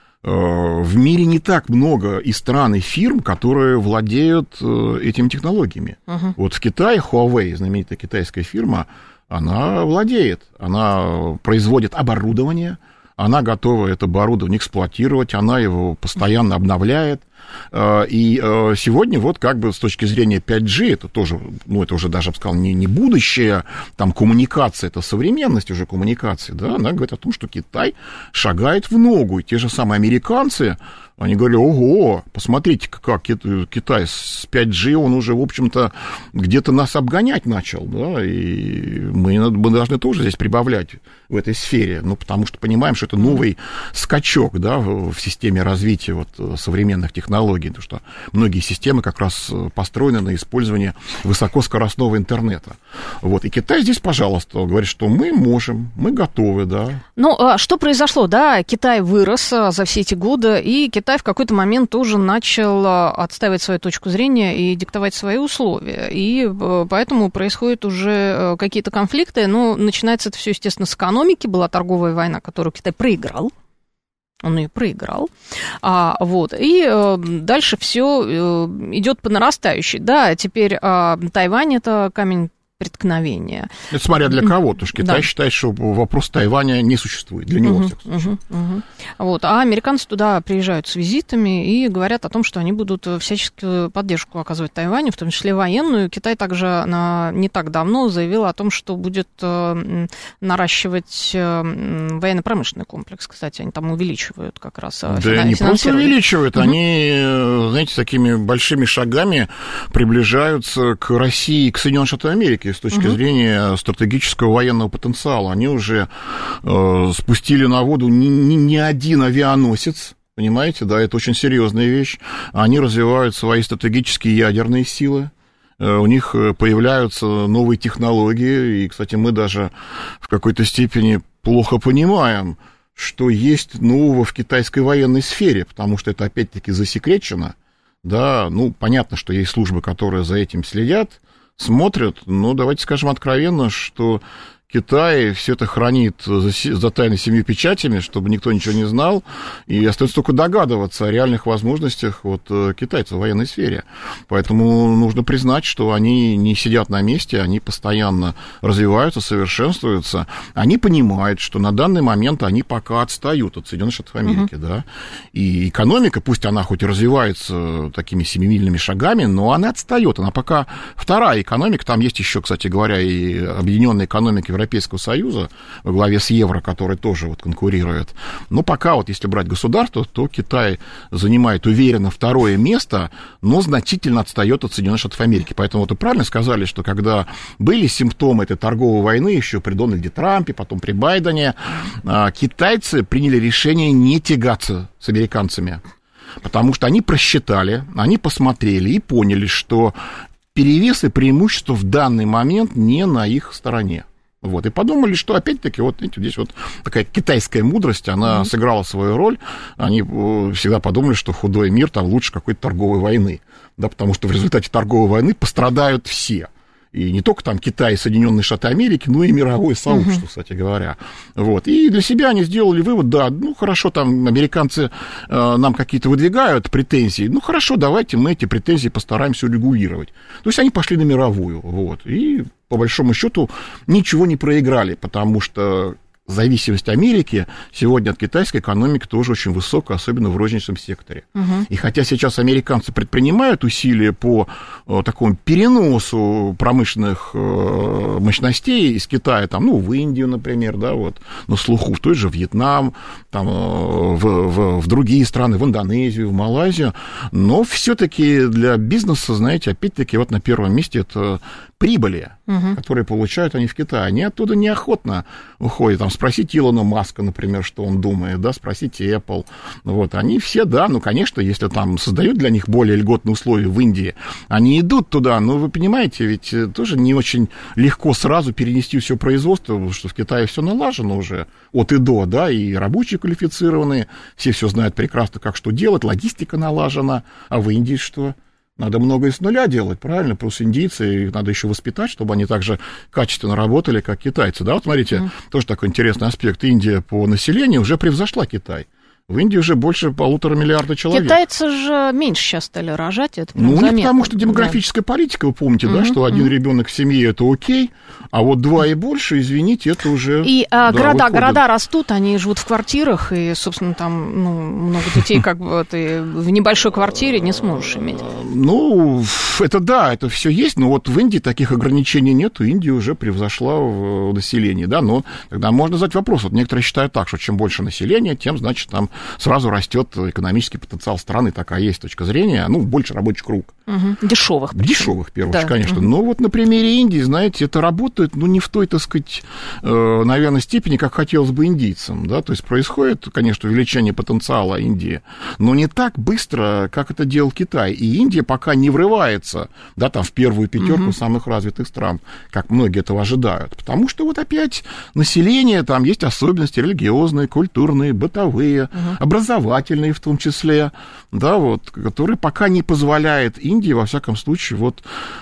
C: В мире не так много и стран, и фирм, которые владеют этими технологиями. Uh-huh. Вот в Китае Huawei, знаменитая китайская фирма, она владеет, она производит оборудование, она готова это оборудование эксплуатировать, она его постоянно обновляет. И сегодня вот как бы с точки зрения пять джи, это тоже, ну, это уже даже, я бы сказал, не, не будущее, там, коммуникация, это современность уже коммуникации, да, она говорит о том, что Китай шагает в ногу, и те же самые американцы, они говорили, ого, посмотрите, как Китай с пять джи, он уже, в общем-то, где-то нас обгонять начал, да, и мы, мы должны тоже здесь прибавлять в этой сфере, ну, потому что понимаем, что это новый скачок, да, в, в системе развития вот современных технологий, потому что многие системы как раз построены на использовании высокоскоростного интернета. Вот, и Китай здесь, пожалуйста, говорит, что мы можем, мы готовы, да.
B: Ну, а что произошло, да, Китай вырос за все эти годы, и Китай в какой-то момент тоже начал отстаивать свою точку зрения и диктовать свои условия, и поэтому происходят уже какие-то конфликты, но начинается это все, естественно, с экономики, была торговая война, которую Китай проиграл. Он ее проиграл. А, вот, и э, дальше все э, идет по нарастающей. Да, теперь э, Тайвань это камень преткновения.
C: Это смотря для кого, потому что Китай да. считает, что вопрос Тайваня не существует, для него,
B: угу,
C: во всяком случае.
B: Угу, угу. Вот, а американцы туда приезжают с визитами и говорят о том, что они будут всяческую поддержку оказывать Тайваню, в том числе военную. Китай также на, не так давно заявил о том, что будет э, наращивать э, военно-промышленный комплекс. Кстати, они там увеличивают как раз э,
C: да не просто увеличивают, угу. они, знаете, такими большими шагами приближаются к России, к Соединенным Штатам Америки с точки uh-huh. зрения стратегического военного потенциала. Они уже э, спустили на воду не, не, не один авианосец, понимаете, да, это очень серьезная вещь. Они развивают свои стратегические ядерные силы. Э, у них появляются новые технологии, и, кстати, мы даже в какой-то степени плохо понимаем, что есть нового в китайской военной сфере, потому что это, опять-таки, засекречено. Да, ну, понятно, что есть службы, которые за этим следят, смотрят, но давайте скажем откровенно, что Китай все это хранит за, за тайной семью печатями, чтобы никто ничего не знал, и остается только догадываться о реальных возможностях вот, китайцев в военной сфере. Поэтому нужно признать, что они не сидят на месте, они постоянно развиваются, совершенствуются. Они понимают, что на данный момент они пока отстают от Соединенных Штатов Америки. Uh-huh. Да? И экономика, пусть она хоть и развивается такими семимильными шагами, но она отстает. Она пока вторая экономика. Там есть еще, кстати говоря, и объединенная экономика Европейского Союза во главе с евро, который тоже вот конкурирует. Но пока вот если брать государство, то Китай занимает уверенно второе место, но значительно отстает от Соединенных Штатов Америки. Поэтому вот вы правильно сказали, что когда были симптомы этой торговой войны еще при Дональде Трампе, потом при Байдене, китайцы приняли решение не тягаться с американцами, потому что они просчитали, они посмотрели и поняли, что перевес и преимущество в данный момент не на их стороне. Вот, и подумали, что опять-таки вот видите, здесь вот такая китайская мудрость, она mm-hmm. сыграла свою роль. Они всегда подумали, что худой мир, там лучше какой-то торговой войны, да, потому что в результате торговой войны пострадают все. И не только там Китай и Соединенные Штаты Америки, но и мировое сообщество, uh-huh. кстати говоря. Вот. И для себя они сделали вывод, да, ну, хорошо, там американцы э, нам какие-то выдвигают претензии, ну, хорошо, давайте мы эти претензии постараемся урегулировать. То есть они пошли на мировую, вот, и по большому счету ничего не проиграли, потому что зависимость Америки сегодня от китайской экономики тоже очень высокая, особенно в розничном секторе. Угу. И хотя сейчас американцы предпринимают усилия по э, такому переносу промышленных э, мощностей из Китая, там, ну, в Индию, например, да, вот, на слуху, в той же Вьетнам, там, э, в, в, в другие страны, в Индонезию, в Малайзию, но все-таки для бизнеса, знаете, опять-таки, вот на первом месте это прибыли, угу. которые получают они в Китае. Они оттуда неохотно уходят. Там, спросите Илона Маска, например, что он думает, да, спросите Apple. Вот, они все, да, ну, конечно, если там создают для них более льготные условия в Индии, они идут туда, но вы понимаете, ведь тоже не очень легко сразу перенести все производство, потому что в Китае все налажено уже от и до, да, и рабочие квалифицированные, все все знают прекрасно, как что делать, логистика налажена, а в Индии что? Надо многое с нуля делать, правильно? Плюс индийцы, их надо еще воспитать, чтобы они так же качественно работали, как китайцы. Да, вот смотрите, mm. тоже такой интересный аспект. Индия по населению уже превзошла Китай. В Индии уже больше полутора миллиарда человек. Китайцы
B: же меньше сейчас стали рожать, это
C: Ну, у них
B: заметно.
C: Потому что демографическая да. политика, вы помните, uh-huh, да, что uh-huh. один ребенок в семье это окей, а вот два и больше, извините, это уже...
B: И а, да, города, города растут, они живут в квартирах, и, собственно, там ну, много детей, как бы ты в небольшой квартире не сможешь иметь.
C: Ну, это да, это все есть, но вот в Индии таких ограничений нет, Индия уже превзошла в населении, да, но тогда можно задать вопрос, вот некоторые считают так, что чем больше населения, тем, значит, там сразу растет экономический потенциал страны, такая есть точка зрения, ну, больше рабочих рук.
B: Угу. Дешевых. Причем.
C: Дешевых, в первую очередь, да. конечно.
B: Угу.
C: Но вот на примере Индии, знаете, это работает, ну, не в той, так сказать, наверное, степени, как хотелось бы индийцам, да, то есть происходит, конечно, увеличение потенциала Индии, но не так быстро, как это делал Китай, и Индия пока не врывается, да, там, в первую пятерку угу. самых развитых стран, как многие этого ожидают, потому что вот опять население, там есть особенности религиозные, культурные, бытовые, угу. образовательные в том числе, да, вот, которые пока не позволяют Индии, во всяком случае, вот,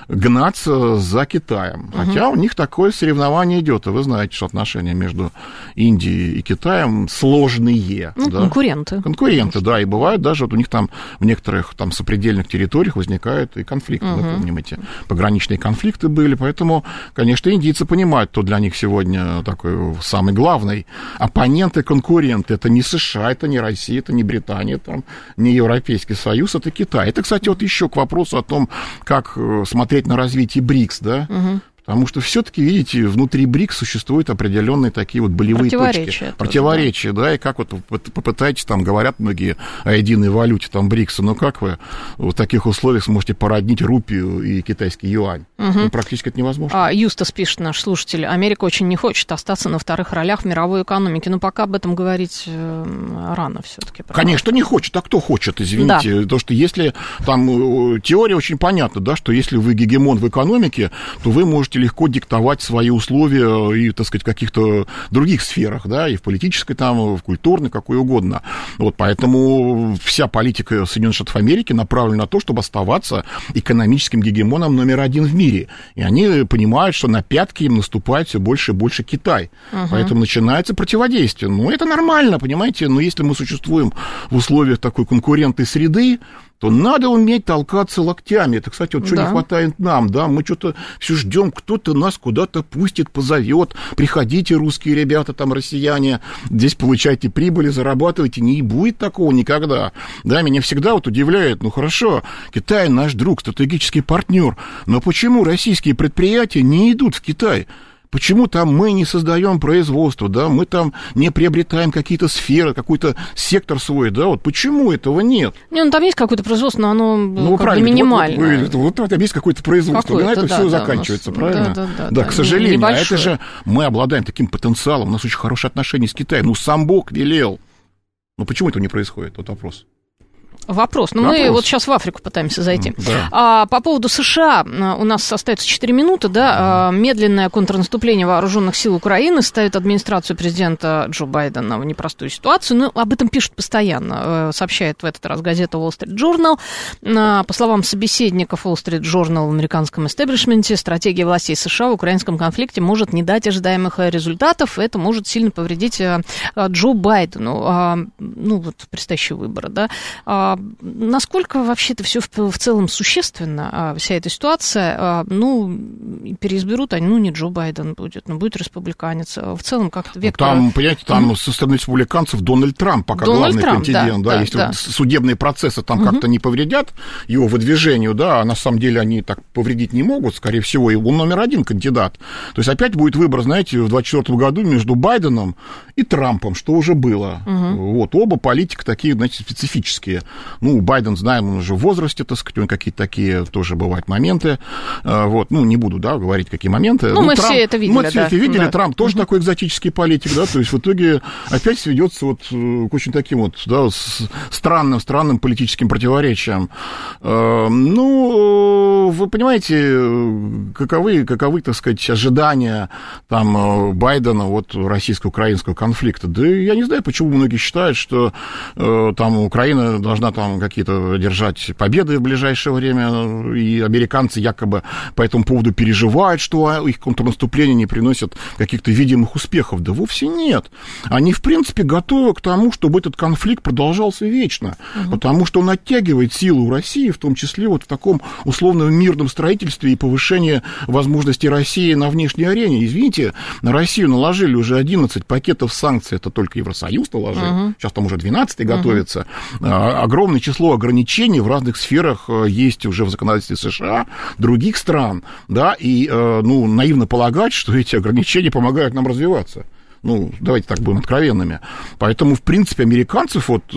C: гнаться за Китаем. Угу. Хотя у них такое соревнование идет, и вы знаете, что отношения между Индией и Китаем сложные.
B: Ну,
C: да?
B: конкуренты.
C: Конкуренты, да, и бывает даже, вот у них там в некоторых там сопредельных территориях возникают и конфликты, угу. мы помним, эти пограничные конфликты были, поэтому, конечно, индийцы понимают, кто для них сегодня такой самый главный оппонент и конкурент. Это не США, это не Россия, это не Британия, там, не Европейский Союз, это Китай. Это, кстати, вот еще к вопросу о том, как смотреть на развитие БРИКС, да, угу. Потому что все-таки, видите, внутри БРИКС существуют определенные такие вот болевые
B: противоречия
C: точки. Противоречия, да. да, и как вот попытаетесь, там, говорят многие о единой валюте, там, БРИКСа, но как вы в таких условиях сможете породнить рупию и китайский юань? Угу. Ну, практически это невозможно.
B: А, Юстас пишет, наш слушатель, Америка очень не хочет остаться на вторых ролях в мировой экономике, но пока об этом говорить э, рано все-таки.
C: Конечно, не хочет, а кто хочет, извините, да. Потому что если, там, теория очень понятна, да, что если вы гегемон в экономике, то вы можете легко диктовать свои условия и, так сказать, в каких-то других сферах, да, и в политической, там, в культурной, какой угодно. Вот поэтому вся политика Соединенных Штатов Америки направлена на то, чтобы оставаться экономическим гегемоном номер один в мире. И они понимают, что на пятки им наступает все больше и больше Китай. Uh-huh. Поэтому начинается противодействие. Ну, это нормально, понимаете, но если мы существуем в условиях такой конкурентной среды, то надо уметь толкаться локтями. Это, кстати, вот что да. не хватает нам, да, мы что-то все ждем, кто-то нас куда-то пустит, позовет, приходите, русские ребята, там, россияне, здесь получайте прибыли, зарабатывайте, не будет такого никогда. Да, меня всегда вот удивляет, ну, хорошо, Китай наш друг, стратегический партнер, но почему российские предприятия не идут в Китай? Почему там мы не создаем производство, да, мы там не приобретаем какие-то сферы, какой-то сектор свой, да, вот почему этого нет?
B: Не, ну там есть какое-то производство, но оно ну, как бы минимальное.
C: Вот, вот, вот там есть какое-то производство, на это да, все да, заканчивается, нас, правильно? Да, да, да, да, к сожалению, небольшое. А это же мы обладаем таким потенциалом, у нас очень хорошие отношения с Китаем, ну сам Бог велел. Ну почему этого не происходит, вот вопрос.
B: Вопрос. Ну,
C: Вопрос.
B: мы вот сейчас в Африку пытаемся зайти.
C: Да.
B: А, по поводу США у нас остается четыре минуты, да, mm-hmm. медленное контрнаступление вооруженных сил Украины ставит администрацию президента Джо Байдена в непростую ситуацию. Ну, об этом пишут постоянно, сообщает в этот раз газета Wall Street Journal. По словам собеседников Wall Street Journal в американском истеблишменте, стратегия властей США в украинском конфликте может не дать ожидаемых результатов, это может сильно повредить Джо Байдену, ну, вот, предстоящие выборы, да. А насколько вообще это все в, в целом существенно, вся эта ситуация? Ну, переизберут они, ну, не Джо Байден будет, но будет республиканец. В целом как-то вектор...
C: Там, понимаете, там mm-hmm. со стороны республиканцев Дональд Трамп пока
B: Дональд
C: главный
B: Трамп,
C: контингент. Да,
B: да,
C: да, если
B: да.
C: Вот судебные процессы там mm-hmm. как-то не повредят его выдвижению, да, а на самом деле они так повредить не могут, скорее всего, и он номер один кандидат. То есть опять будет выбор, знаете, в двадцать четвёртом году между Байденом и Трампом, что уже было. Mm-hmm. Вот, оба политика такие, знаете, специфические. Ну, Байден, знаем, он уже в возрасте, так сказать, у него какие-то такие тоже бывают моменты. Вот, ну, не буду, да, говорить, какие моменты.
B: Ну,
C: ну
B: мы
C: Трамп,
B: все это видели,
C: Мы все
B: да.
C: это видели,
B: да.
C: Трамп тоже mm-hmm. такой экзотический политик, да, то есть в итоге опять сведется вот к очень таким вот, да, странным, странным политическим противоречиям. Ну, вы понимаете, каковы, каковы, так сказать, ожидания там Байдена от российско-украинского конфликта? Да я не знаю, почему многие считают, что там Украина должна там какие-то одержать победы в ближайшее время, и американцы якобы по этому поводу переживают, что их контрнаступление не приносит каких-то видимых успехов. Да вовсе нет. Они, в принципе, готовы к тому, чтобы этот конфликт продолжался вечно, угу. потому что он оттягивает силу России, в том числе вот в таком условном мирном строительстве и повышении возможностей России на внешней арене. Извините, на Россию наложили уже одиннадцать пакетов санкций, это только Евросоюз наложил, угу. сейчас там уже двенадцатый угу. готовится. Огромное число ограничений в разных сферах есть уже в законодательстве США, других стран, да, и, ну, наивно полагать, что эти ограничения помогают нам развиваться. Ну, давайте так будем откровенными. Поэтому, в принципе, американцев вот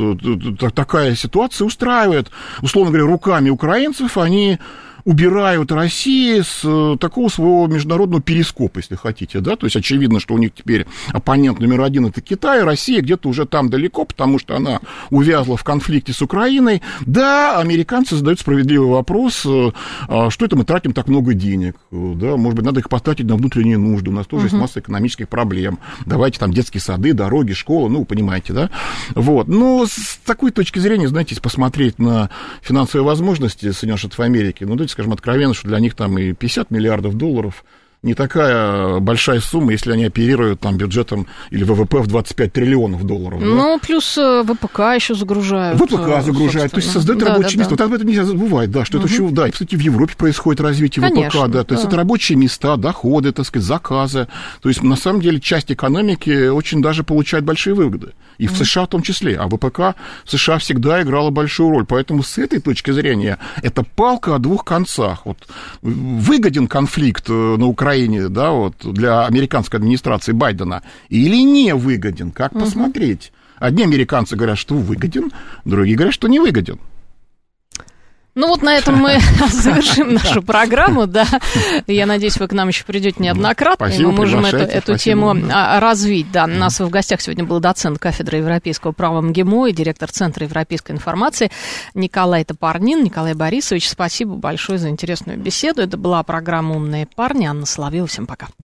C: такая ситуация устраивает. Условно говоря, руками украинцев они убирают Россию с такого своего международного перископа, если хотите, да, то есть очевидно, что у них теперь оппонент номер один это Китай, Россия где-то уже там далеко, потому что она увязла в конфликте с Украиной. Да, американцы задают справедливый вопрос, что это мы тратим так много денег, да, может быть, надо их потратить на внутренние нужды, у нас тоже uh-huh. есть масса экономических проблем, давайте там детские сады, дороги, школы, ну, понимаете, да, вот, но с такой точки зрения, знаете, если посмотреть на финансовые возможности Соединенных Штатов Америки, ну, давайте скажем откровенно, что для них там и пятьдесят миллиардов долларов не такая большая сумма, если они оперируют там бюджетом или ВВП в двадцать пять триллионов долларов.
B: Ну,
C: да?
B: Плюс ВПК еще загружают.
C: ВПК загружают, то есть создают да, рабочие да, места. Да. Вот об этом нельзя забывать, да, что угу. это еще, да, и, кстати, в Европе происходит развитие Конечно, ВПК, да, то да. есть это рабочие места, доходы, так сказать, заказы. То есть, на самом деле, часть экономики очень даже получает большие выгоды. И в США в том числе. А ВПК в США всегда играла большую роль. Поэтому с этой точки зрения это палка о двух концах. Вот выгоден конфликт на Украине, да, вот, для американской администрации Байдена или не выгоден? Как угу. посмотреть? Одни американцы говорят, что выгоден, другие говорят, что не выгоден.
B: Ну вот на этом мы завершим нашу программу, да. Я надеюсь, вы к нам еще придете неоднократно,
C: спасибо,
B: и мы можем эту, эту тему
C: да.
B: развить. Да. У нас в гостях сегодня был доцент кафедры европейского права МГИМО и директор Центра европейской информации Николай Топорнин. Николай Борисович, спасибо большое за интересную беседу. Это была программа «Умные парни». Анна Соловьева. Всем пока.